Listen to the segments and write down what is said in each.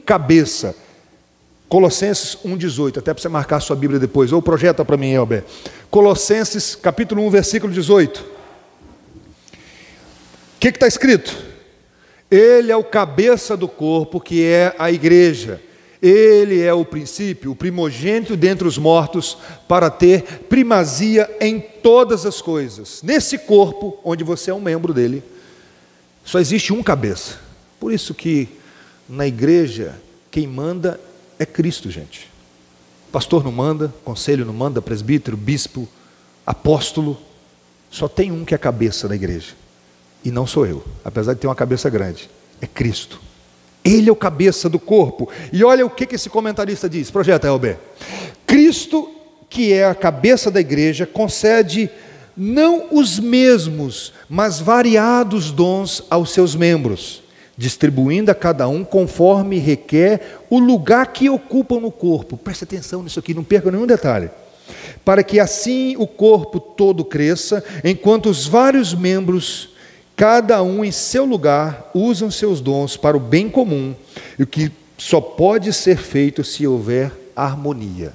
cabeça. Colossenses 1,18, até para você marcar a sua Bíblia depois, ou projeta para mim, Elber. Colossenses capítulo 1, versículo 18. O que está escrito? Ele é o cabeça do corpo, que é a igreja. Ele é o princípio, o primogênito dentre os mortos, para ter primazia em todas as coisas. Nesse corpo, onde você é um membro dele, só existe um cabeça. Por isso que na igreja, quem manda é Cristo, gente. Pastor não manda, conselho não manda, presbítero, bispo, apóstolo. Só tem um que é a cabeça da igreja. E não sou eu, apesar de ter uma cabeça grande. É Cristo. Ele é o cabeça do corpo. E olha o que esse comentarista diz. Projeta, Elber. Cristo, que é a cabeça da igreja, concede não os mesmos, mas variados dons aos seus membros, distribuindo a cada um conforme requer o lugar que ocupam no corpo. Preste atenção nisso aqui, não perca nenhum detalhe. Para que assim o corpo todo cresça, enquanto os vários membros, cada um em seu lugar, usam seus dons para o bem comum, e o que só pode ser feito se houver harmonia.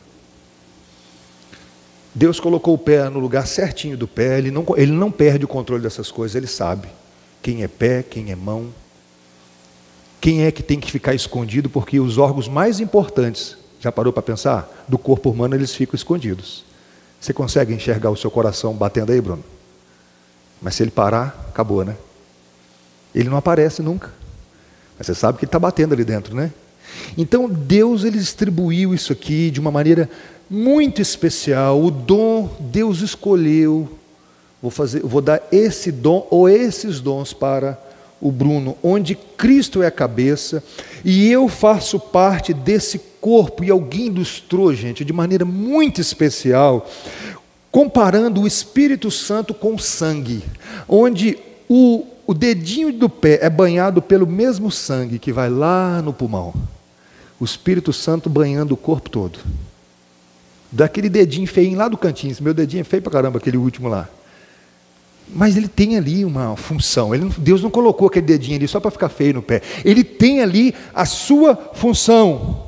Deus colocou o pé no lugar certinho do pé, ele não perde o controle dessas coisas, ele sabe quem é pé, quem é mão, quem é que tem que ficar escondido, porque os órgãos mais importantes, já parou para pensar? Do corpo humano, eles ficam escondidos. Você consegue enxergar o seu coração batendo aí, Bruno? Mas se ele parar, acabou, né? Ele não aparece nunca. Mas você sabe que ele está batendo ali dentro, né? Então Deus, ele distribuiu isso aqui de uma maneira muito especial. O dom, Deus escolheu. Vou dar esse dom ou esses dons para o Bruno, onde Cristo é a cabeça, e eu faço parte desse corpo. E alguém ilustrou, gente, de maneira muito especial, comparando o Espírito Santo com o sangue, onde o dedinho do pé é banhado pelo mesmo sangue que vai lá no pulmão. O Espírito Santo banhando o corpo todo. Daquele dedinho feio lá do cantinho, esse meu dedinho é feio pra caramba, aquele último lá. Mas ele tem ali uma função. Deus não colocou aquele dedinho ali só para ficar feio no pé. Ele tem ali a sua função.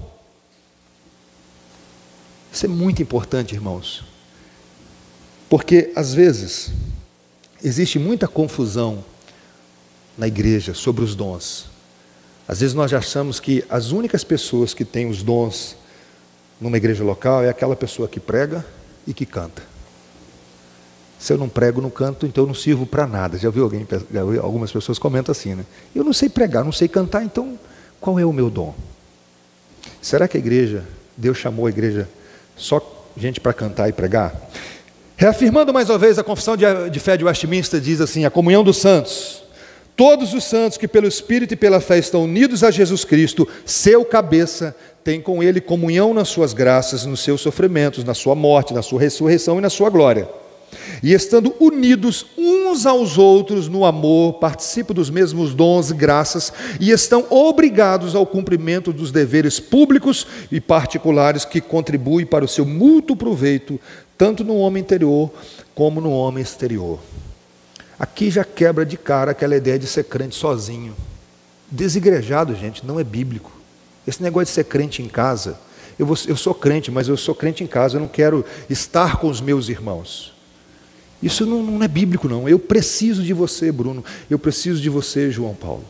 Isso é muito importante, irmãos. Porque, às vezes, existe muita confusão na igreja sobre os dons. Às vezes nós achamos que as únicas pessoas que têm os dons numa igreja local é aquela pessoa que prega e que canta. Se eu não prego, não canto, então eu não sirvo para nada. Já ouviu algumas pessoas comentam assim, né? Eu não sei pregar, não sei cantar, então qual é o meu dom? Será que a igreja, Deus chamou a igreja só gente para cantar e pregar? Reafirmando mais uma vez a confissão de fé de Westminster, diz assim: a comunhão dos santos. Todos os santos que pelo Espírito e pela fé estão unidos a Jesus Cristo, seu cabeça, têm com Ele comunhão nas suas graças, nos seus sofrimentos, na sua morte, na sua ressurreição e na sua glória. E estando unidos uns aos outros no amor, participam dos mesmos dons e graças, e estão obrigados ao cumprimento dos deveres públicos e particulares que contribuem para o seu mútuo proveito, tanto no homem interior como no homem exterior. Aqui já quebra de cara aquela ideia de ser crente sozinho. Desigrejado, gente, não é bíblico. Esse negócio de ser crente em casa, eu sou crente, mas eu sou crente em casa, eu não quero estar com os meus irmãos. Isso não é bíblico, não. Eu preciso de você, Bruno. Eu preciso de você, João Paulo.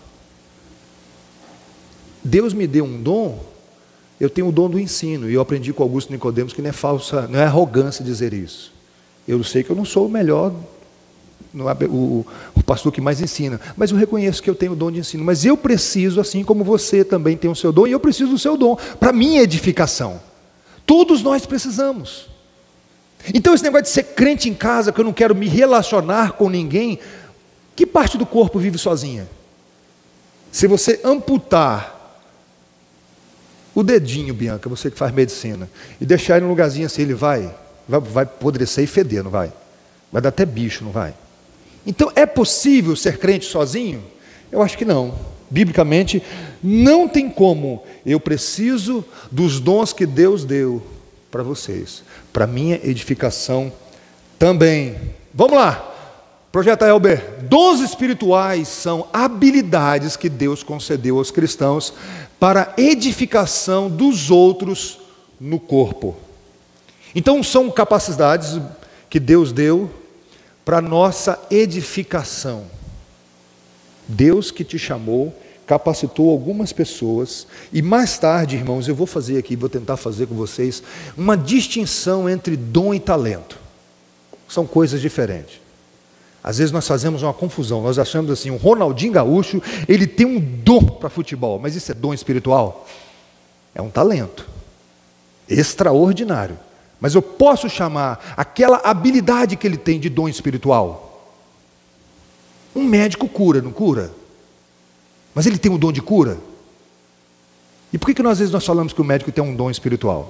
Deus me deu um dom, eu tenho o dom do ensino, e eu aprendi com Augusto Nicodemos que não é arrogância dizer isso. Eu sei que eu não sou o melhor, não é o pastor que mais ensina, mas eu reconheço que eu tenho o dom de ensino. Mas eu preciso, assim como você também tem o seu dom, e eu preciso do seu dom para minha edificação. Todos nós precisamos. Então esse negócio de ser crente em casa, que eu não quero me relacionar com ninguém, que parte do corpo vive sozinha? Se você amputar o dedinho, Bianca, você que faz medicina, e deixar ele num lugarzinho assim, ele vai apodrecer e feder, não vai? Vai dar até bicho, não vai? Então é possível ser crente sozinho? Eu acho que não. Biblicamente, não tem como. Eu preciso dos dons que Deus deu para vocês, para minha edificação também. Vamos lá, projeta Elber. Dons espirituais são habilidades que Deus concedeu aos cristãos para a edificação dos outros no corpo. Então são capacidades que Deus deu para nossa edificação. Deus que te chamou, capacitou algumas pessoas, e mais tarde, irmãos, eu vou fazer aqui, vou tentar fazer com vocês, uma distinção entre dom e talento. São coisas diferentes. Às vezes nós fazemos uma confusão, nós achamos assim, o Ronaldinho Gaúcho, ele tem um dom para futebol, mas isso é dom espiritual? É um talento, extraordinário. Mas eu posso chamar aquela habilidade que ele tem de dom espiritual? Um médico cura, não cura? Mas ele tem um dom de cura? E por que às vezes nós falamos que o médico tem um dom espiritual?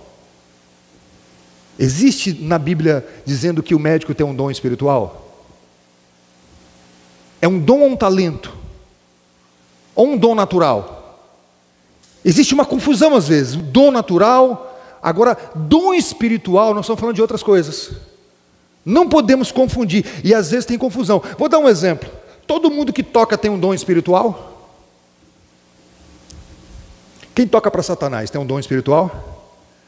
Existe na Bíblia dizendo que o médico tem um dom espiritual? É um dom ou um talento? Ou um dom natural? Existe uma confusão às vezes, dom natural, agora dom espiritual, nós estamos falando de outras coisas. Não podemos confundir, e às vezes tem confusão. Vou dar um exemplo. Todo mundo que toca tem um dom espiritual? Quem toca para Satanás tem um dom espiritual?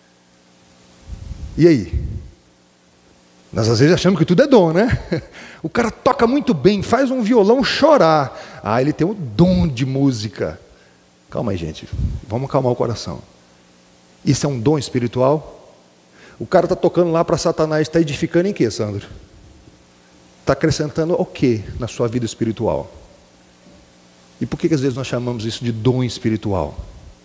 E aí? Nós às vezes achamos que tudo é dom, né? O cara toca muito bem, faz um violão chorar. Ah, ele tem um dom de música. Calma aí, gente. Vamos acalmar o coração. Isso é um dom espiritual? O cara está tocando lá para Satanás, está edificando em quê, Sandro? Está acrescentando o quê na sua vida espiritual? E por que às vezes nós chamamos isso de dom espiritual?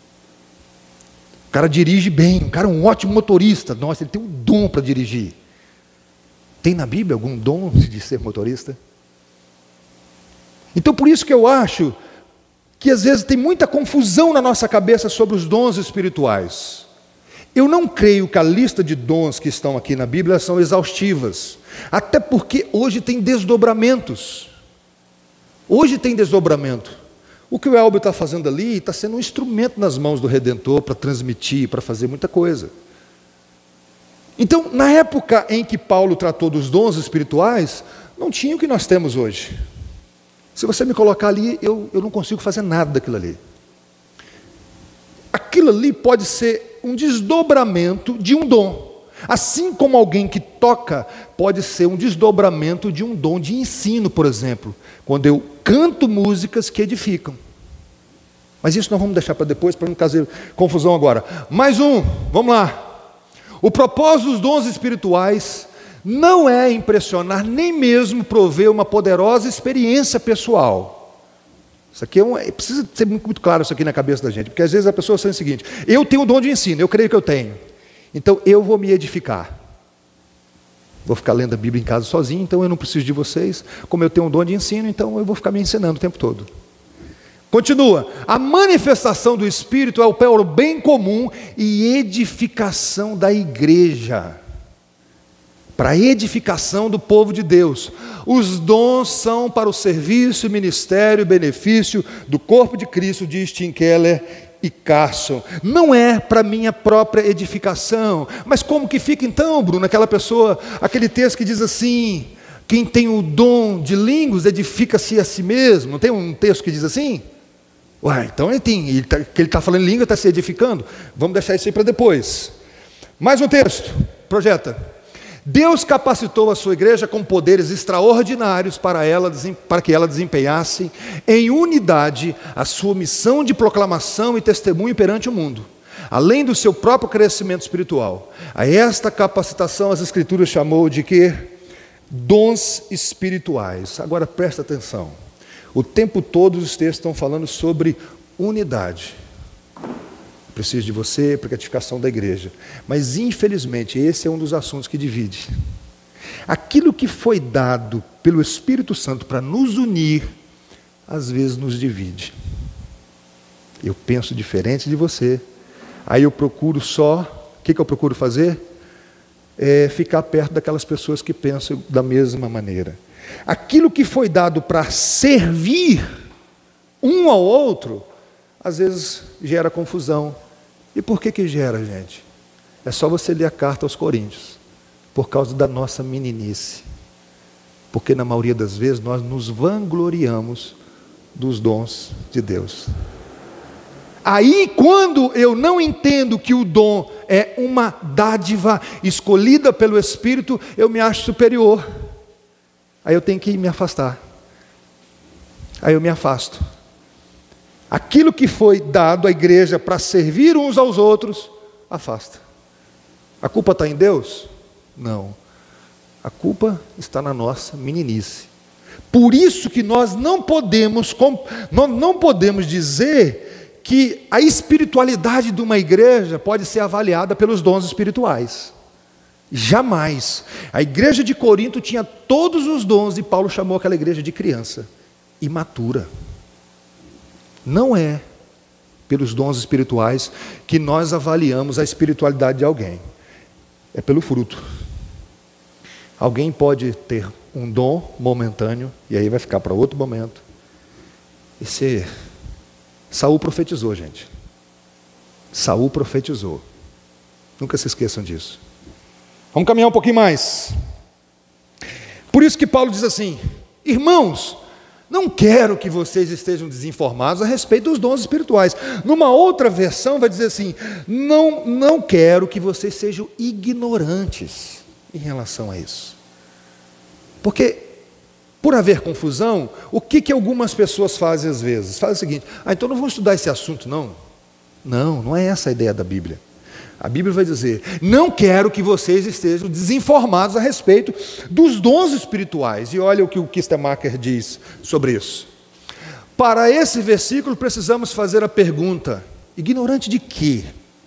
O cara dirige bem, o cara é um ótimo motorista. Nossa, ele tem um dom para dirigir. Tem na Bíblia algum dom de ser motorista? Então por isso que eu acho que às vezes tem muita confusão na nossa cabeça sobre os dons espirituais. Eu não creio que a lista de dons que estão aqui na Bíblia são exaustivas. Até porque hoje tem desdobramentos. Hoje tem desdobramento. O que o Elber está fazendo ali está sendo um instrumento nas mãos do Redentor para transmitir, para fazer muita coisa. Então, na época em que Paulo tratou dos dons espirituais, não tinha o que nós temos hoje. Se você me colocar ali, eu não consigo fazer nada daquilo ali. Aquilo ali pode ser um desdobramento de um dom. Assim como alguém que toca pode ser um desdobramento de um dom de ensino, por exemplo, quando eu canto músicas que edificam. Mas isso nós vamos deixar para depois, para não fazer confusão agora. Mais um, vamos lá. O propósito dos dons espirituais não é impressionar, nem mesmo prover uma poderosa experiência pessoal. Isso aqui precisa ser muito claro isso aqui na cabeça da gente, porque às vezes a pessoa pensa o seguinte: eu tenho o dom de ensino, eu creio que eu tenho, então eu vou me edificar. Vou ficar lendo a Bíblia em casa sozinho, então eu não preciso de vocês. Como eu tenho um dom de ensino, então eu vou ficar me ensinando o tempo todo. Continua. A manifestação do Espírito é o bem comum e edificação da igreja. Para a edificação do povo de Deus. Os dons são para o serviço, ministério e benefício do corpo de Cristo, diz Tim Keller e Carson. Não é para minha própria edificação. Mas como que fica então, Bruno, aquela pessoa, aquele texto que diz assim: quem tem o dom de línguas edifica-se a si mesmo. Não tem um texto que diz assim? Ué, então ele está falando em língua, está se edificando. Vamos deixar isso aí para depois. Mais um texto, projeta. Deus capacitou a sua igreja com poderes extraordinários para que ela desempenhasse em unidade a sua missão de proclamação e testemunho perante o mundo, além do seu próprio crescimento espiritual. A esta capacitação as Escrituras chamou de quê? Dons espirituais. Agora presta atenção. O tempo todo os textos estão falando sobre unidade. Preciso de você para a edificação da igreja. Mas infelizmente esse é um dos assuntos que divide. Aquilo que foi dado pelo Espírito Santo para nos unir, às vezes nos divide. Eu penso diferente de você. Aí eu procuro o que eu procuro fazer? Ficar perto daquelas pessoas que pensam da mesma maneira. Aquilo que foi dado para servir um ao outro, às vezes gera confusão. E por que gera, gente? É só você ler a carta aos Coríntios. Por causa da nossa meninice. Porque na maioria das vezes nós nos vangloriamos dos dons de Deus. Aí, quando eu não entendo que o dom é uma dádiva escolhida pelo Espírito, eu me acho superior. Aí eu tenho que me afastar. Aí eu me afasto. Aquilo que foi dado à igreja para servir uns aos outros, afasta. A culpa está em Deus? Não. A culpa está na nossa meninice. Por isso que nós não podemos dizer que a espiritualidade de uma igreja pode ser avaliada pelos dons espirituais. Jamais. A igreja de Corinto tinha todos os dons e Paulo chamou aquela igreja de criança, imatura. Não é pelos dons espirituais que nós avaliamos a espiritualidade de alguém. É pelo fruto. Alguém pode ter um dom momentâneo, e aí vai ficar para outro momento. Saul profetizou, gente. Saul profetizou. Nunca se esqueçam disso. Vamos caminhar um pouquinho mais. Por isso que Paulo diz assim: irmãos, não quero que vocês estejam desinformados a respeito dos dons espirituais. Numa outra versão vai dizer assim: não quero que vocês sejam ignorantes em relação a isso. Porque, por haver confusão, o que algumas pessoas fazem às vezes? Fazem o seguinte: então não vamos estudar esse assunto não. Não é essa a ideia da Bíblia. A Bíblia vai dizer: não quero que vocês estejam desinformados a respeito dos dons espirituais. E olha o que o Kistemacher diz sobre isso. Para esse versículo precisamos fazer a pergunta: ignorante de quê?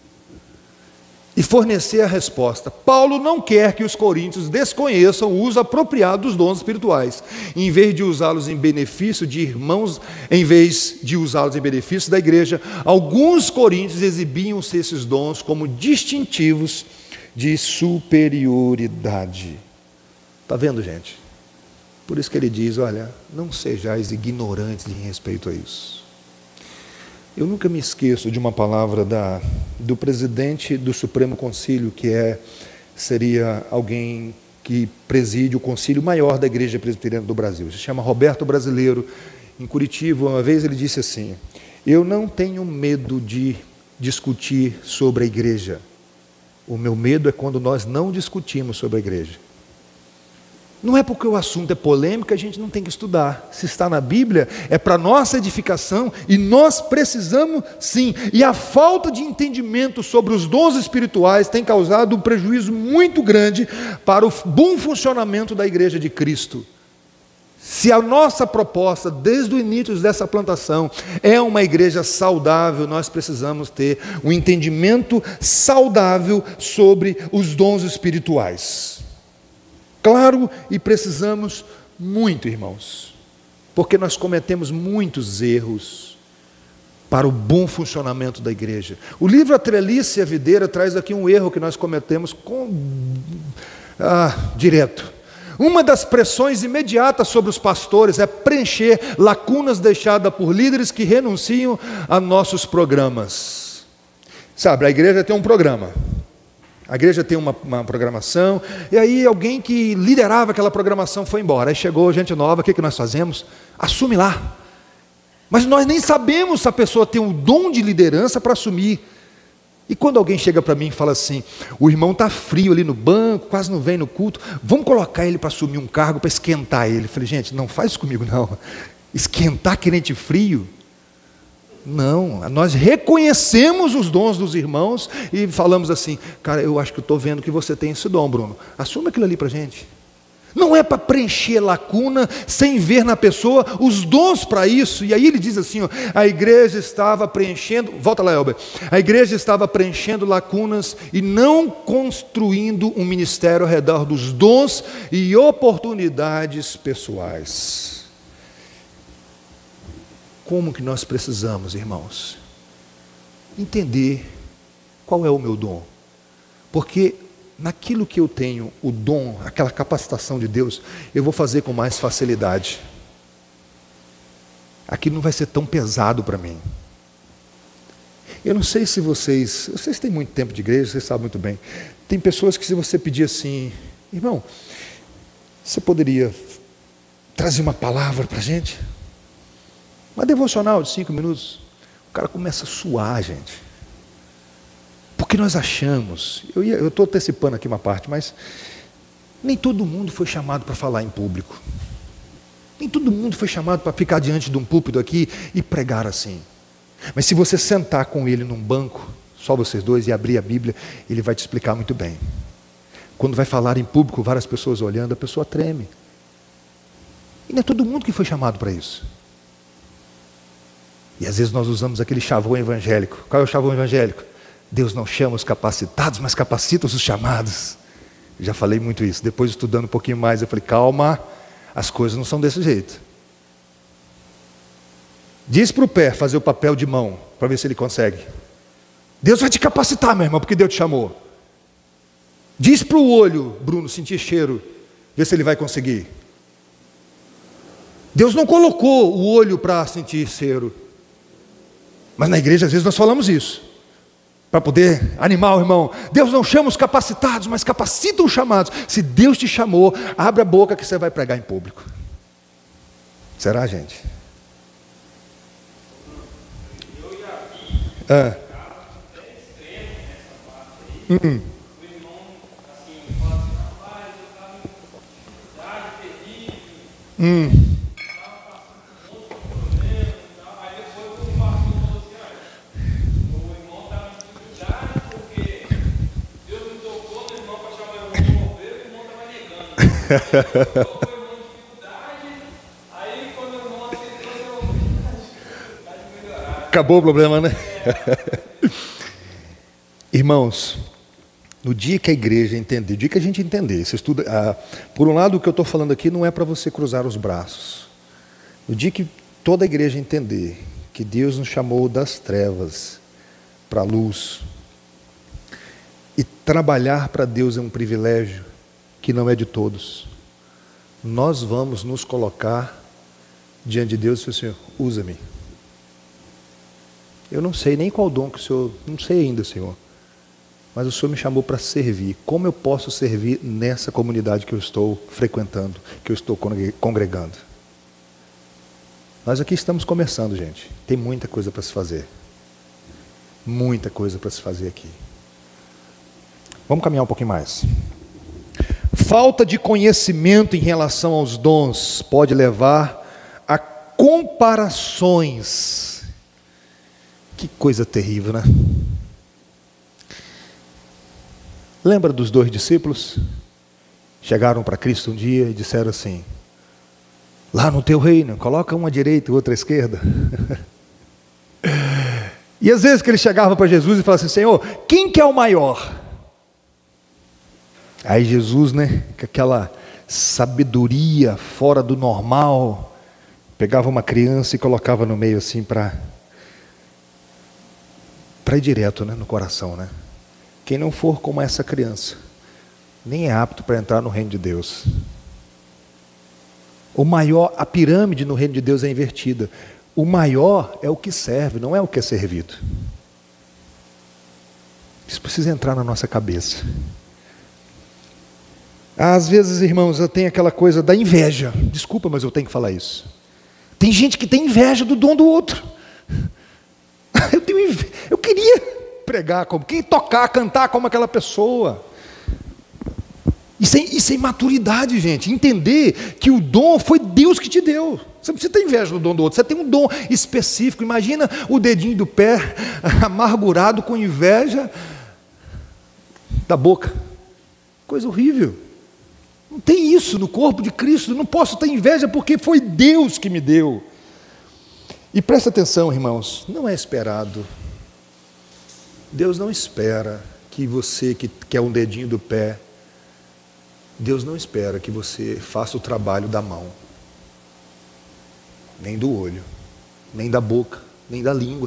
E fornecer a resposta. Paulo não quer que os coríntios desconheçam o uso apropriado dos dons espirituais. Em vez de usá-los em benefício de irmãos, em vez de usá-los em benefício da igreja, alguns coríntios exibiam-se esses dons como distintivos de superioridade. Está vendo, gente? Por isso que ele diz: olha, não sejais ignorantes em respeito a isso. Eu nunca me esqueço de uma palavra do presidente do Supremo Concílio, que seria alguém que preside o concílio maior da Igreja Presbiteriana do Brasil. Se chama Roberto Brasileiro. Em Curitiba, uma vez ele disse assim: eu não tenho medo de discutir sobre a igreja. O meu medo é quando nós não discutimos sobre a igreja. Não é porque o assunto é polêmico que a gente não tem que estudar. Se está na Bíblia, é para nossa edificação e nós precisamos sim. E a falta de entendimento sobre os dons espirituais tem causado um prejuízo muito grande para o bom funcionamento da Igreja de Cristo. Se a nossa proposta, desde o início dessa plantação, é uma igreja saudável, nós precisamos ter um entendimento saudável sobre os dons espirituais. Claro, e precisamos muito, irmãos, porque nós cometemos muitos erros para o bom funcionamento da igreja. O livro A Trelice e a Videira traz aqui um erro que nós cometemos direto. Uma das pressões imediatas sobre os pastores é preencher lacunas deixadas por líderes que renunciam a nossos programas. Sabe, a igreja tem um programa. A igreja tem uma programação, e aí alguém que liderava aquela programação foi embora. Aí chegou gente nova, o que nós fazemos? Assume lá. Mas nós nem sabemos se a pessoa tem o dom de liderança para assumir. E quando alguém chega para mim e fala assim: o irmão está frio ali no banco, quase não vem no culto, vamos colocar ele para assumir um cargo, para esquentar ele. Eu falei: gente, não faz isso comigo não. Esquentar crente frio? Não, nós reconhecemos os dons dos irmãos e falamos assim: cara, eu acho que eu estou vendo que você tem esse dom, Bruno, assuma aquilo ali para a gente. Não é para preencher lacuna sem ver na pessoa os dons para isso. E aí ele diz assim: ó, a igreja estava preenchendo, volta lá, Elber, a igreja estava preenchendo lacunas e não construindo um ministério ao redor dos dons e oportunidades pessoais. Como que nós precisamos, irmãos, entender qual é o meu dom? Porque naquilo que eu tenho o dom, aquela capacitação de Deus, eu vou fazer com mais facilidade. Aquilo não vai ser tão pesado para mim. Eu não sei se vocês têm muito tempo de igreja, vocês sabem muito bem. Tem pessoas que, se você pedir assim: irmão, você poderia trazer uma palavra para a gente? Uma devocional de 5 minutos. cara começa a suar, gente. Porque nós achamos, eu estou antecipando aqui uma parte, mas nem todo mundo foi chamado para falar em público. Nem todo mundo foi chamado para ficar diante de um púlpito aqui e pregar assim. Mas se você sentar com ele num banco, só vocês dois, e abrir a Bíblia, ele vai te explicar muito bem. Quando vai falar em público, várias pessoas olhando, a pessoa treme. E não é todo mundo que foi chamado para isso. E às vezes nós usamos aquele chavão evangélico. Qual é o chavão evangélico? Deus não chama os capacitados, mas capacita os chamados. Eu já falei muito isso. Depois, estudando um pouquinho mais, eu falei, calma, as coisas não são desse jeito. Diz para o pé fazer o papel de mão, para ver se ele consegue. Deus vai te capacitar, meu irmão, porque Deus te chamou. Diz para o olho, Bruno, sentir cheiro, ver se ele vai conseguir. Deus não colocou o olho para sentir cheiro. Mas na igreja, às vezes, nós falamos isso, para poder animar o irmão. Deus não chama os capacitados, mas capacita os chamados. Se Deus te chamou, abre a boca que você vai pregar em público. Será, gente? Eu já vi casos bem extremos nessa parte aí. O irmão, assim, fala assim, rapaz, eu estava em dificuldade terrível. Estava passando por um monte de problemas e tal. Aí depois o pastor falou assim, olha, o irmão estava em dificuldade porque Deus me tocou no irmão para chamar o irmão de bombeiro e o irmão estava negando. Aí tocou o irmão em dificuldade, aí quando o irmão aceitou, eu vai melhorar. Acabou o problema, né? Irmãos, no dia que a igreja entender, no dia que a gente entender, você estuda, por um lado o que eu estou falando aqui não é para você cruzar os braços. No dia que toda a igreja entender que Deus nos chamou das trevas para a luz, e trabalhar para Deus é um privilégio que não é de todos, nós vamos nos colocar diante de Deus e dizer, Senhor, usa-me. Eu não sei nem qual dom que o Senhor, não sei ainda, Senhor, mas o Senhor me chamou para servir. Como eu posso servir nessa comunidade que eu estou frequentando, que eu estou congregando? Nós aqui estamos começando, gente. Tem muita coisa para se fazer. Muita coisa para se fazer aqui. Vamos caminhar um pouquinho mais. Falta de conhecimento em relação aos dons pode levar a comparações. Que coisa terrível, né? Lembra dos 2 discípulos? Chegaram para Cristo um dia e disseram assim, lá no teu reino, coloca uma à direita e outra à esquerda. E às vezes que eles chegavam para Jesus e falavam assim, Senhor, quem que é o maior? Aí Jesus, né, com aquela sabedoria fora do normal, pegava uma criança e colocava no meio assim para ir direto, né, no coração, né? Quem não for como essa criança, nem é apto para entrar no reino de Deus. O maior, a pirâmide no reino de Deus é invertida. O maior é o que serve, não é o que é servido. Isso precisa entrar na nossa cabeça. Às vezes, irmãos, eu tenho aquela coisa da inveja. Desculpa, mas eu tenho que falar isso. Tem gente que tem inveja do dom do outro. Eu queria pregar como, quem tocar, cantar como aquela pessoa. Isso é imaturidade, gente. Entender que o dom foi Deus que te deu. Você não precisa ter inveja do dom do outro. Você tem um dom específico. Imagina o dedinho do pé amargurado com inveja da boca. Coisa horrível. Não tem isso no corpo de Cristo. Eu não posso ter inveja porque foi Deus que me deu. E presta atenção, irmãos. Não é esperado. Deus não espera que você que quer um dedinho do pé, Deus não espera que você faça o trabalho da mão, nem do olho, nem da boca, nem da língua.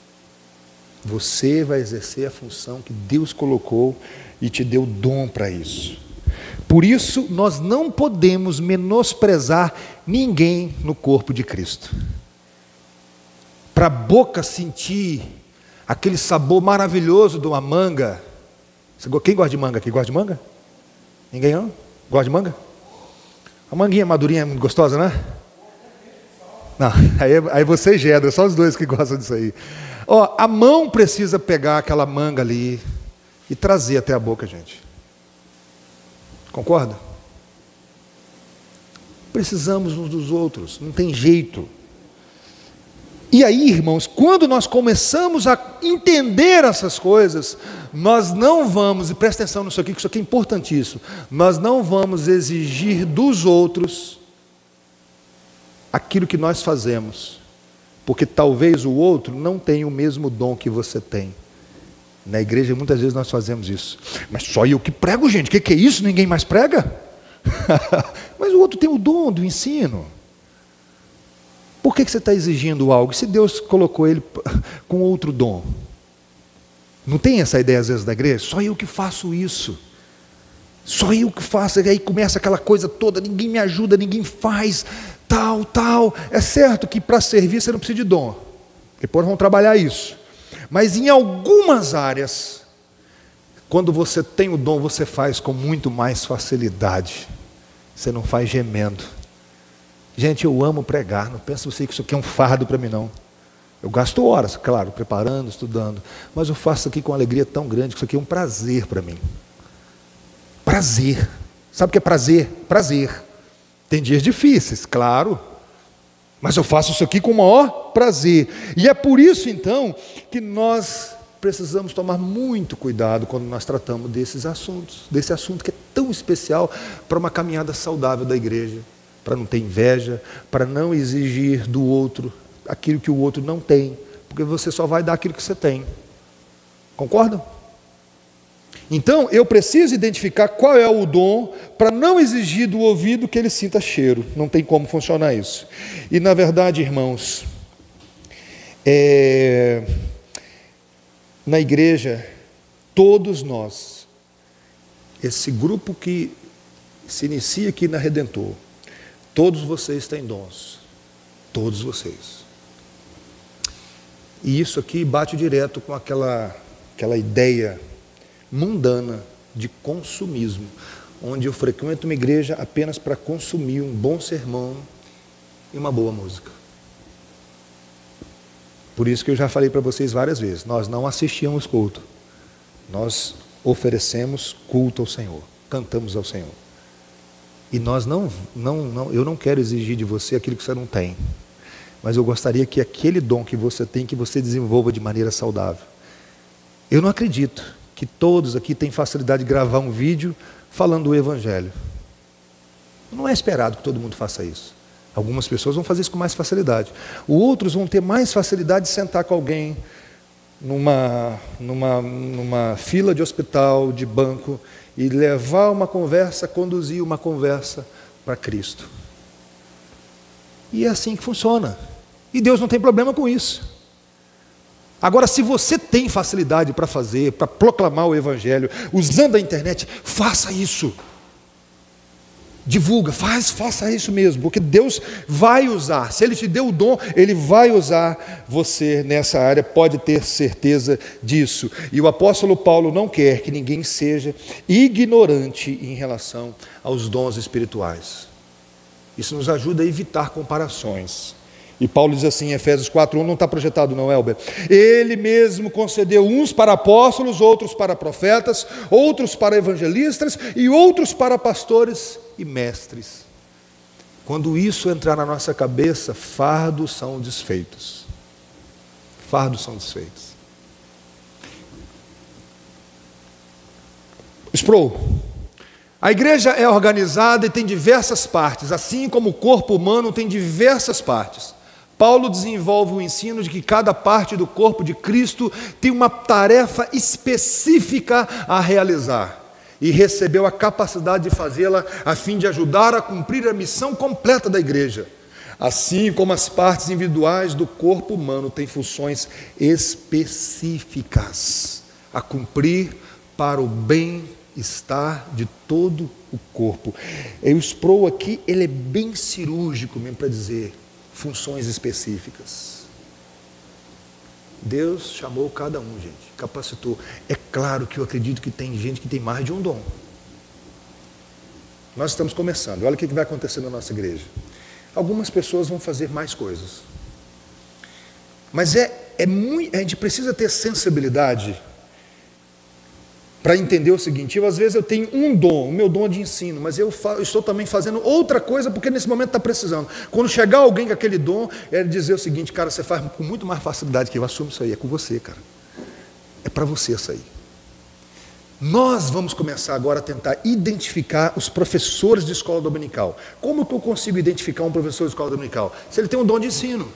Você vai exercer a função que Deus colocou e te deu dom para isso. Por isso, nós não podemos menosprezar ninguém no corpo de Cristo. Para a boca sentir aquele sabor maravilhoso de uma manga. Quem gosta de manga aqui? Gosta de manga? Ninguém não? Gosta de manga? A manguinha madurinha é muito gostosa, né? Não, aí você e Gedra, só os dois que gostam disso aí. Ó, a mão precisa pegar aquela manga ali e trazer até a boca, gente. Concorda? Precisamos uns dos outros, não tem jeito. E aí, irmãos, quando nós começamos a entender essas coisas, nós não vamos, e presta atenção nisso aqui, que isso aqui é importantíssimo, nós não vamos exigir dos outros aquilo que nós fazemos, porque talvez o outro não tenha o mesmo dom que você tem. Na igreja muitas vezes nós fazemos isso. Mas só eu que prego, gente, o que é isso? Ninguém mais prega? Mas o outro tem o dom do ensino. Por que você está exigindo algo? Se Deus colocou ele com outro dom. Não tem essa ideia às vezes da igreja? Só eu que faço isso. Só eu que faço. E aí começa aquela coisa toda, ninguém me ajuda, ninguém faz, tal. É certo que para servir você não precisa de dom. Depois vamos trabalhar isso. Mas em algumas áreas, quando você tem o dom, você faz com muito mais facilidade. Você não faz gemendo. Gente, eu amo pregar, não pensa você que isso aqui é um fardo para mim, não. Eu gasto horas, claro, preparando, estudando, mas eu faço isso aqui com uma alegria tão grande, que isso aqui é um prazer para mim. Prazer. Sabe o que é prazer? Prazer. Tem dias difíceis, claro, mas eu faço isso aqui com o maior prazer. E é por isso, então, que nós precisamos tomar muito cuidado quando nós tratamos desses assuntos, desse assunto que é tão especial para uma caminhada saudável da igreja. Para não ter inveja, para não exigir do outro aquilo que o outro não tem, porque você só vai dar aquilo que você tem. Concordam? Então, eu preciso identificar qual é o dom para não exigir do ouvido que ele sinta cheiro. Não tem como funcionar isso. E, na verdade, irmãos, na igreja, todos nós, esse grupo que se inicia aqui na Redentor, todos vocês têm dons, todos vocês. E isso aqui bate direto com aquela ideia mundana de consumismo, onde eu frequento uma igreja apenas para consumir um bom sermão e uma boa música. Por isso que eu já falei para vocês várias vezes, nós não assistimos culto, nós oferecemos culto ao Senhor, cantamos ao Senhor. E nós eu não quero exigir de você aquilo que você não tem, mas eu gostaria que aquele dom que você tem, que você desenvolva de maneira saudável. Eu não acredito que todos aqui têm facilidade de gravar um vídeo falando do Evangelho. Não é esperado que todo mundo faça isso. Algumas pessoas vão fazer isso com mais facilidade. Outros vão ter mais facilidade de sentar com alguém numa fila de hospital, de banco, e levar uma conversa, conduzir uma conversa para Cristo. E é assim que funciona. E Deus não tem problema com isso. Agora, se você tem facilidade para fazer, para proclamar o Evangelho, usando a internet, faça isso. Divulga, faça isso mesmo, porque Deus vai usar. Se Ele te deu o dom, Ele vai usar você nessa área, pode ter certeza disso. E o apóstolo Paulo não quer que ninguém seja ignorante em relação aos dons espirituais. Isso nos ajuda a evitar comparações. E Paulo diz assim em Efésios 4:1, não está projetado não, Elber? Ele mesmo concedeu uns para apóstolos, outros para profetas, outros para evangelistas e outros para pastores e mestres. Quando isso entrar na nossa cabeça, fardos são desfeitos. Fardos são desfeitos. Sproul. A igreja é organizada e tem diversas partes, assim como o corpo humano tem diversas partes. Paulo desenvolve o ensino de que cada parte do corpo de Cristo tem uma tarefa específica a realizar e recebeu a capacidade de fazê-la a fim de ajudar a cumprir a missão completa da igreja. Assim como as partes individuais do corpo humano têm funções específicas a cumprir para o bem-estar de todo o corpo. E o Sproul aqui, ele é bem cirúrgico mesmo para dizer funções específicas. Deus chamou cada um, gente, capacitou. É claro que eu acredito que tem gente que tem mais de um dom. Nós estamos começando, olha o que vai acontecer na nossa igreja. Algumas pessoas vão fazer mais coisas. Mas é a gente precisa ter sensibilidade para entender o seguinte: às vezes eu tenho um dom, o meu dom de ensino, mas eu estou também fazendo outra coisa porque nesse momento está precisando. Quando chegar alguém com aquele dom, é dizer o seguinte: cara, você faz com muito mais facilidade que eu, assumo isso aí, é com você, cara. É para você isso aí. Nós vamos começar agora a tentar identificar os professores de escola dominical. Como que eu consigo identificar um professor de escola dominical? Se ele tem um dom de ensino.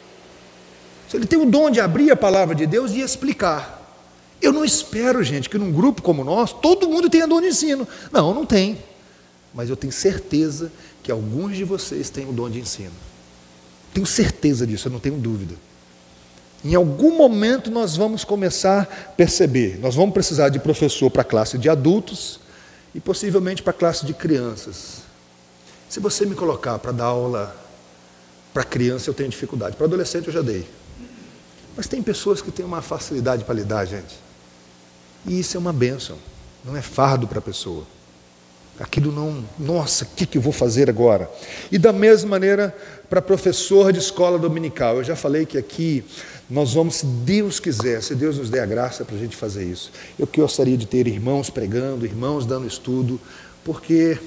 Se ele tem o dom de abrir a palavra de Deus e explicar. Eu não espero, gente, que num grupo como nós, todo mundo tenha dom de ensino. Não, não tem. Mas eu tenho certeza que alguns de vocês têm o dom de ensino. Tenho certeza disso, eu não tenho dúvida. Em algum momento nós vamos começar a perceber. Nós vamos precisar de professor para a classe de adultos e possivelmente para a classe de crianças. Se você me colocar para dar aula para criança, eu tenho dificuldade. Para adolescente eu já dei. Mas tem pessoas que têm uma facilidade para lidar, gente. E isso é uma bênção. Não é fardo para a pessoa. Aquilo não... Nossa, o que eu vou fazer agora? E da mesma maneira, para professor de escola dominical. Eu já falei que aqui nós vamos, se Deus quiser, se Deus nos der a graça para a gente fazer isso. Eu gostaria de ter irmãos pregando, irmãos dando estudo, porque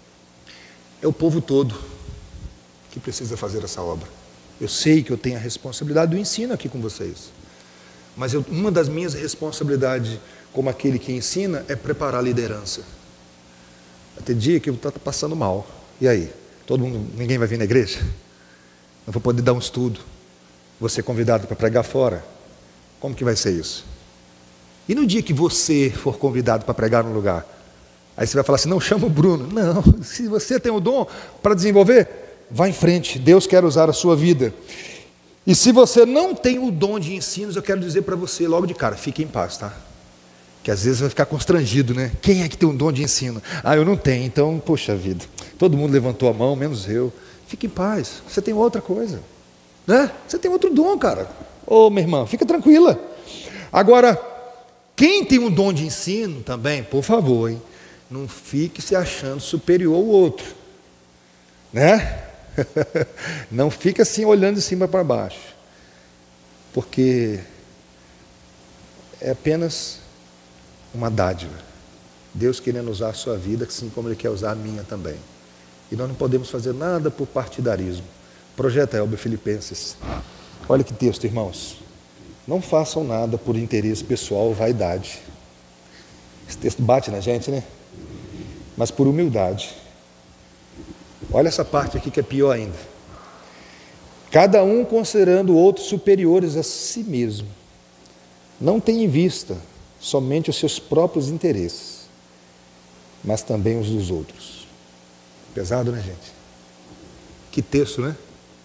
é o povo todo que precisa fazer essa obra. Eu sei que eu tenho a responsabilidade do ensino aqui com vocês. Mas uma das minhas responsabilidades como aquele que ensina é preparar a liderança. Vai ter dia que eu estou passando mal. E aí? Ninguém vai vir na igreja? Não vou poder dar um estudo. Vou ser convidado para pregar fora? Como que vai ser isso? E no dia que você for convidado para pregar num lugar? Aí você vai falar assim: não, chama o Bruno. Não, se você tem o dom para desenvolver, vá em frente, Deus quer usar a sua vida. E se você não tem o dom de ensinos, eu quero dizer para você logo de cara: fique em paz, tá? Que às vezes vai ficar constrangido, né? Quem é que tem um dom de ensino? Ah, eu não tenho, então, poxa vida, todo mundo levantou a mão, menos eu. Fique em paz, você tem outra coisa, né? Você tem outro dom, cara. Ô, minha irmã, fica tranquila. Agora, quem tem um dom de ensino também, por favor, hein? Não fique se achando superior ao outro, né? Não fica assim olhando de cima para baixo, porque é apenas uma dádiva. Deus querendo usar a sua vida, assim como Ele quer usar a minha também. E nós não podemos fazer nada por partidarismo. Projeto Elber Filipenses. Olha que texto, irmãos. Não façam nada por interesse pessoal ou vaidade. Esse texto bate na gente, né? Mas por humildade. Olha essa parte aqui que é pior ainda. Cada um considerando outros superiores a si mesmo. Não tenha em vista somente os seus próprios interesses, mas também os dos outros. Pesado, né, gente? Que texto, né?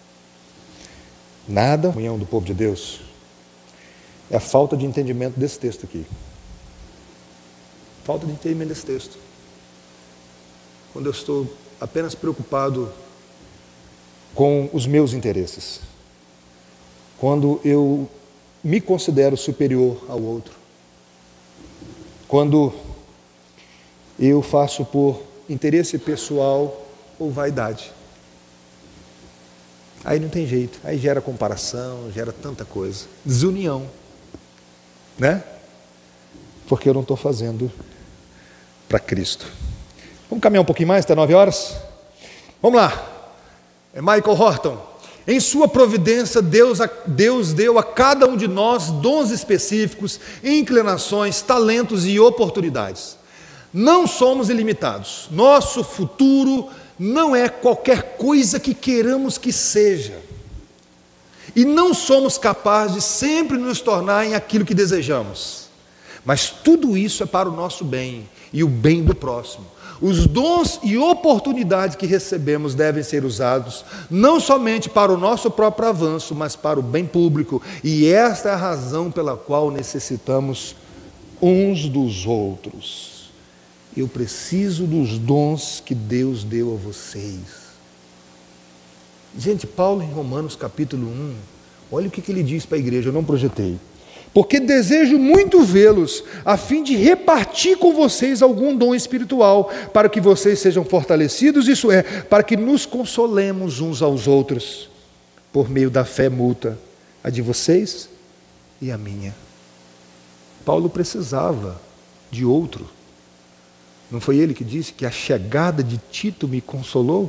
Nada, comunhão do povo de Deus, é a falta de entendimento desse texto aqui. Falta de entendimento desse texto. Quando eu estou apenas preocupado com os meus interesses, quando eu me considero superior ao outro, quando eu faço por interesse pessoal ou vaidade, aí não tem jeito, aí gera comparação, gera tanta coisa, desunião, né? Porque eu não estou fazendo para Cristo. Vamos caminhar um pouquinho mais, até 9 horas? Vamos lá. É Michael Horton. Em sua providência, Deus deu a cada um de nós dons específicos, inclinações, talentos e oportunidades. Não somos ilimitados. Nosso futuro não é qualquer coisa que queiramos que seja. E não somos capazes de sempre nos tornar em aquilo que desejamos. Mas tudo isso é para o nosso bem e o bem do próximo. Os dons e oportunidades que recebemos devem ser usados não somente para o nosso próprio avanço, mas para o bem público. E esta é a razão pela qual necessitamos uns dos outros. Eu preciso dos dons que Deus deu a vocês. Gente, Paulo em Romanos capítulo 1, olha o que ele diz para a igreja, eu não projetei. Porque desejo muito vê-los, a fim de repartir com vocês algum dom espiritual, para que vocês sejam fortalecidos, isso é, para que nos consolemos uns aos outros, por meio da fé mútua, a de vocês e a minha. Paulo precisava de outro. Não foi ele que disse que a chegada de Tito me consolou?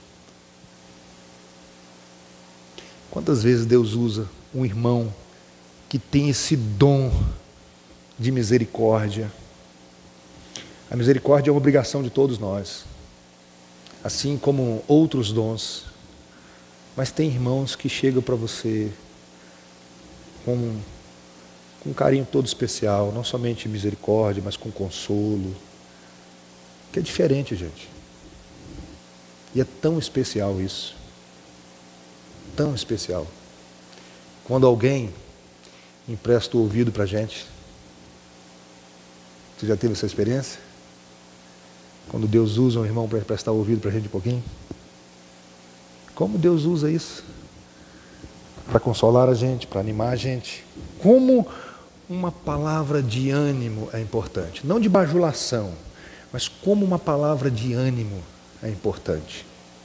Quantas vezes Deus usa um irmão que tem esse dom de misericórdia? A misericórdia é uma obrigação de todos nós, assim como outros dons. Mas tem irmãos que chegam para você com um carinho todo especial, não somente misericórdia, mas com consolo, que é diferente, gente. E é tão especial isso, tão especial. Quando alguém empresta o ouvido para a gente, você já teve essa experiência? Quando Deus usa um irmão para emprestar o ouvido para a gente um pouquinho? Como Deus usa isso? Para consolar a gente, para animar a gente. Como uma palavra de ânimo é importante. Não de bajulação, mas como uma palavra de ânimo é importante.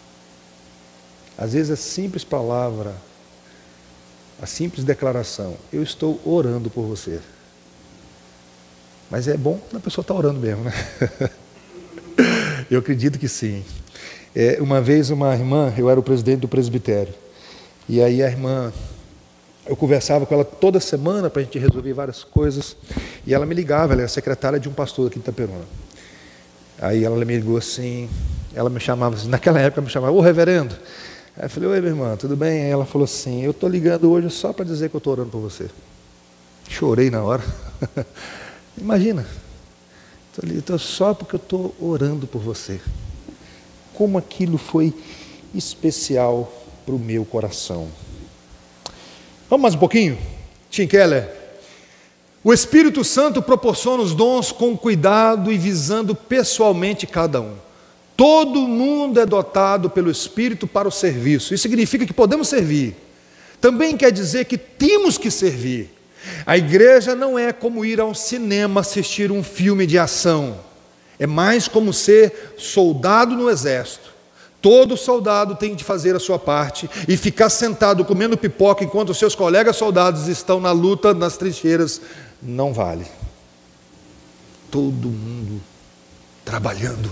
Às vezes a simples palavra, a simples declaração, eu estou orando por você. Mas é bom quando a pessoa está orando mesmo, né? Eu acredito que sim. Uma vez uma irmã, eu era o presidente do presbitério, e aí a irmã, eu conversava com ela toda semana para a gente resolver várias coisas, e ela me ligava, ela é secretária de um pastor aqui de Itaperuna. Aí ela me ligou assim, ela me chamava assim, naquela época me chamava, ô reverendo. Aí eu falei, oi minha irmã, tudo bem? Aí ela falou assim, eu estou ligando hoje só para dizer que eu estou orando por você. Chorei na hora. Imagina, estou só porque eu estou orando por você. Como aquilo foi especial para o meu coração. Vamos mais um pouquinho? Tim Keller. O Espírito Santo proporciona os dons com cuidado e visando pessoalmente cada um. Todo mundo é dotado pelo Espírito para o serviço. Isso significa que podemos servir. Também quer dizer que temos que servir. A igreja não é como ir ao cinema assistir um filme de ação. É mais como ser soldado no exército. Todo soldado tem de fazer a sua parte e ficar sentado comendo pipoca enquanto os seus colegas soldados estão na luta, nas trincheiras, não vale. Todo mundo trabalhando.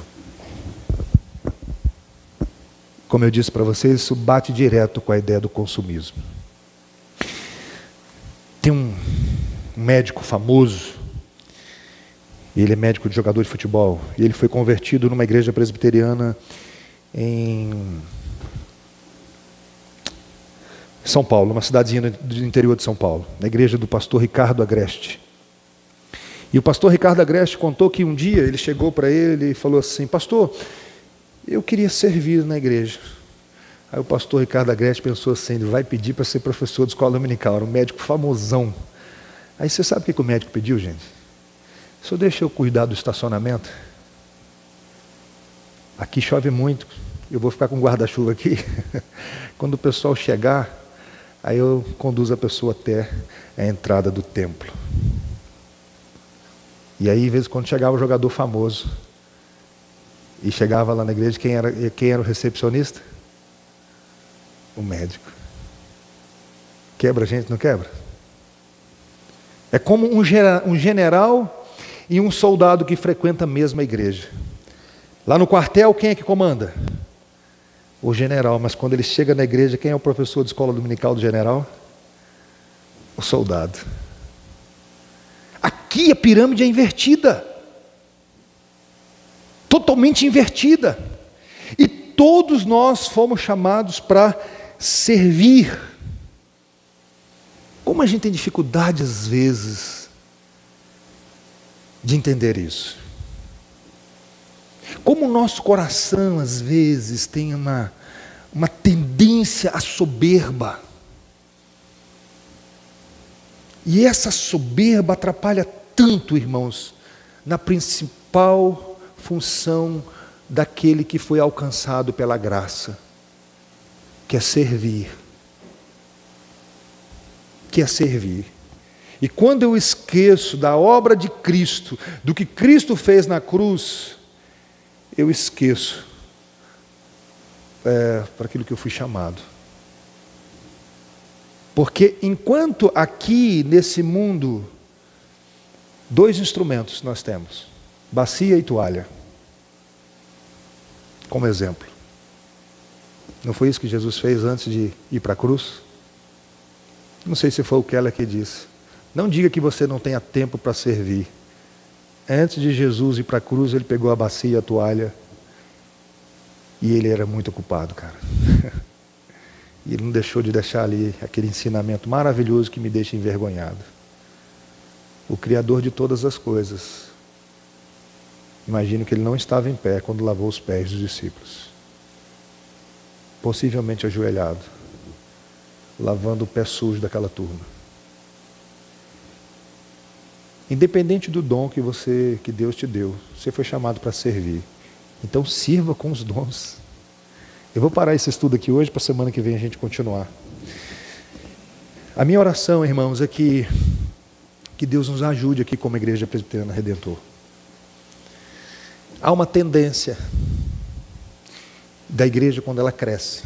Como eu disse para vocês, isso bate direto com a ideia do consumismo. Tem um médico famoso, ele é médico de jogador de futebol, e ele foi convertido numa igreja presbiteriana em São Paulo, uma cidadezinha do interior de São Paulo, na igreja do pastor Ricardo Agreste. E o pastor Ricardo Agreste contou que um dia ele chegou para ele e falou assim, pastor, eu queria servir na igreja. Aí o pastor Ricardo Agreste pensou assim, ele vai pedir para ser professor de escola dominical, era um médico famosão. Aí você sabe o que o médico pediu, gente? O senhor deixa eu cuidar do estacionamento? Aqui chove muito, eu vou ficar com guarda-chuva aqui. Quando o pessoal chegar, aí eu conduzo a pessoa até a entrada do templo. E aí, às vezes, quando chegava o jogador famoso, e chegava lá na igreja, quem era o recepcionista? O médico. Quebra a gente, não quebra? É como um general e um soldado que frequenta a mesma igreja. Lá no quartel, quem é que comanda? O general, mas quando ele chega na igreja, quem é o professor de escola dominical do general? O soldado. Aqui a pirâmide é invertida. Totalmente invertida. E todos nós fomos chamados para servir. Como a gente tem dificuldade às vezes de entender isso. Como o nosso coração às vezes tem uma tendência à soberba. E essa soberba atrapalha tanto, irmãos, na principal função daquele que foi alcançado pela graça, que é servir. Que é servir. E quando eu esqueço da obra de Cristo, do que Cristo fez na cruz, eu esqueço para aquilo que eu fui chamado. Porque enquanto aqui nesse mundo, dois instrumentos nós temos: bacia e toalha, como exemplo. Não foi isso que Jesus fez antes de ir para a cruz? Não sei se foi o Keller que disse. Não diga que você não tenha tempo para servir. Antes de Jesus ir para a cruz, ele pegou a bacia e a toalha. E ele era muito ocupado, cara. E ele não deixou de deixar ali aquele ensinamento maravilhoso que me deixa envergonhado. O Criador de todas as coisas. Imagino que ele não estava em pé quando lavou os pés dos discípulos. Possivelmente ajoelhado, lavando o pé sujo daquela turma. Independente do dom que Deus te deu, você foi chamado para servir. Então sirva com os dons. Eu vou parar esse estudo aqui hoje, para a semana que vem a gente continuar. A minha oração, irmãos, é que Deus nos ajude aqui como Igreja Presbiteriana Redentor. Há uma tendência da igreja quando ela cresce.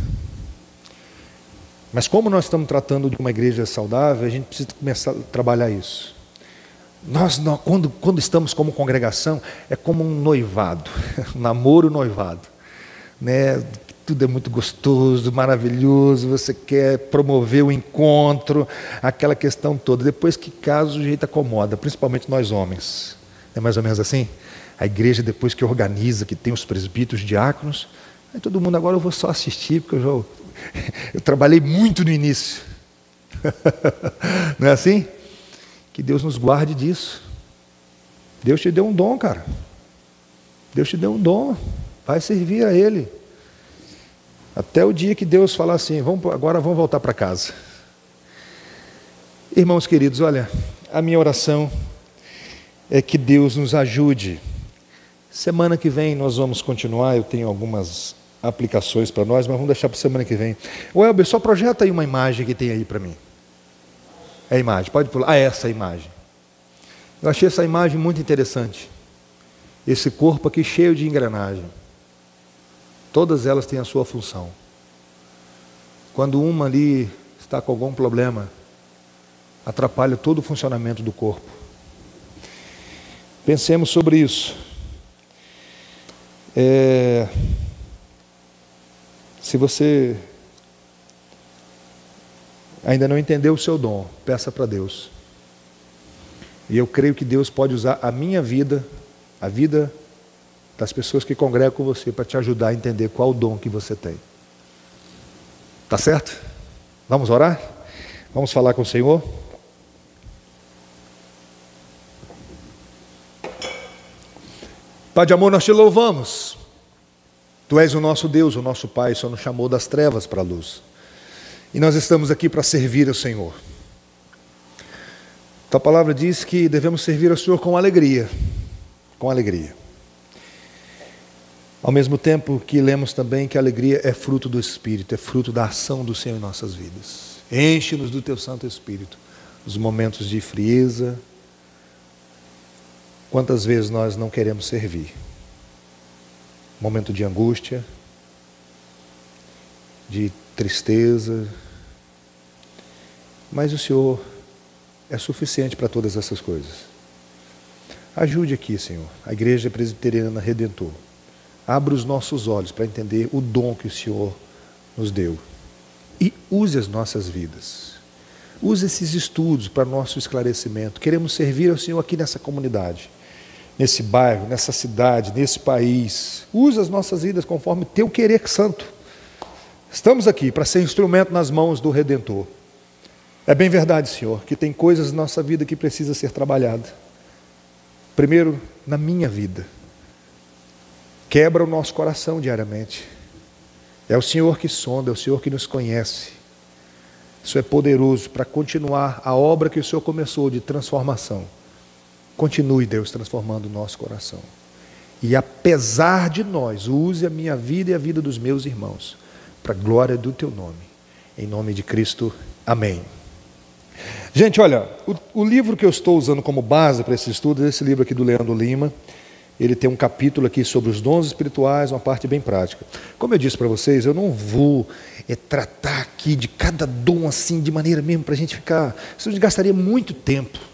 Mas como nós estamos tratando de uma igreja saudável, a gente precisa começar a trabalhar isso. Nós, quando estamos como congregação, é como um noivado, um namoro noivado, né? Tudo é muito gostoso, maravilhoso, você quer promover o encontro, aquela questão toda. Depois que casa, o jeito acomoda, principalmente nós homens. É mais ou menos assim? A igreja, depois que organiza, que tem os presbíteros, diáconos, aí todo mundo, agora eu vou só assistir, porque eu trabalhei muito no início. Não é assim? Que Deus nos guarde disso. Deus te deu um dom, cara. Deus te deu um dom. Vai servir a Ele. Até o dia que Deus falar assim, agora vamos voltar para casa. Irmãos queridos, olha, a minha oração é que Deus nos ajude. Semana que vem nós vamos continuar, eu tenho algumas aplicações para nós, mas vamos deixar para semana que vem. O Elber, só projeta aí uma imagem que tem aí para mim. É a imagem, pode pular. Ah, essa imagem. Eu achei essa imagem muito interessante. Esse corpo aqui cheio de engrenagem. Todas elas têm a sua função. Quando uma ali está com algum problema, atrapalha todo o funcionamento do corpo. Pensemos sobre isso. Se você ainda não entendeu o seu dom, peça para Deus. E eu creio que Deus pode usar a minha vida, a vida das pessoas que congregam com você, para te ajudar a entender qual o dom que você tem. Tá certo? Vamos orar? Vamos falar com o Senhor? Pai de amor, nós te louvamos. Tu és o nosso Deus, o nosso Pai, o Senhor nos chamou das trevas para a luz. E nós estamos aqui para servir ao Senhor. Tua palavra diz que devemos servir ao Senhor com alegria. Com alegria. Ao mesmo tempo que lemos também que a alegria é fruto do Espírito, é fruto da ação do Senhor em nossas vidas. Enche-nos do Teu Santo Espírito. Nos momentos de frieza. Quantas vezes nós não queremos servir? Momento de angústia, de tristeza, mas o Senhor é suficiente para todas essas coisas. Ajude aqui, Senhor, a Igreja Presbiteriana Redentor. Abra os nossos olhos para entender o dom que o Senhor nos deu. E use as nossas vidas. Use esses estudos para nosso esclarecimento. Queremos servir ao Senhor aqui nessa comunidade, nesse bairro, nessa cidade, nesse país. Use as nossas vidas conforme Teu querer santo. Estamos aqui para ser instrumento nas mãos do Redentor. É bem verdade, Senhor, que tem coisas na nossa vida que precisa ser trabalhada. Primeiro, na minha vida. Quebra o nosso coração diariamente. É o Senhor que sonda, é o Senhor que nos conhece. O Senhor é poderoso para continuar a obra que o Senhor começou de transformação. Continue, Deus, transformando o nosso coração. E apesar de nós, use a minha vida e a vida dos meus irmãos, para a glória do Teu nome. Em nome de Cristo, amém. Gente, olha, o livro que eu estou usando como base para esse estudo é esse livro aqui do Leandro Lima, ele tem um capítulo aqui sobre os dons espirituais, uma parte bem prática. Como eu disse para vocês, eu não vou tratar aqui de cada dom assim, de maneira mesmo para a gente ficar... Isso gastaria muito tempo.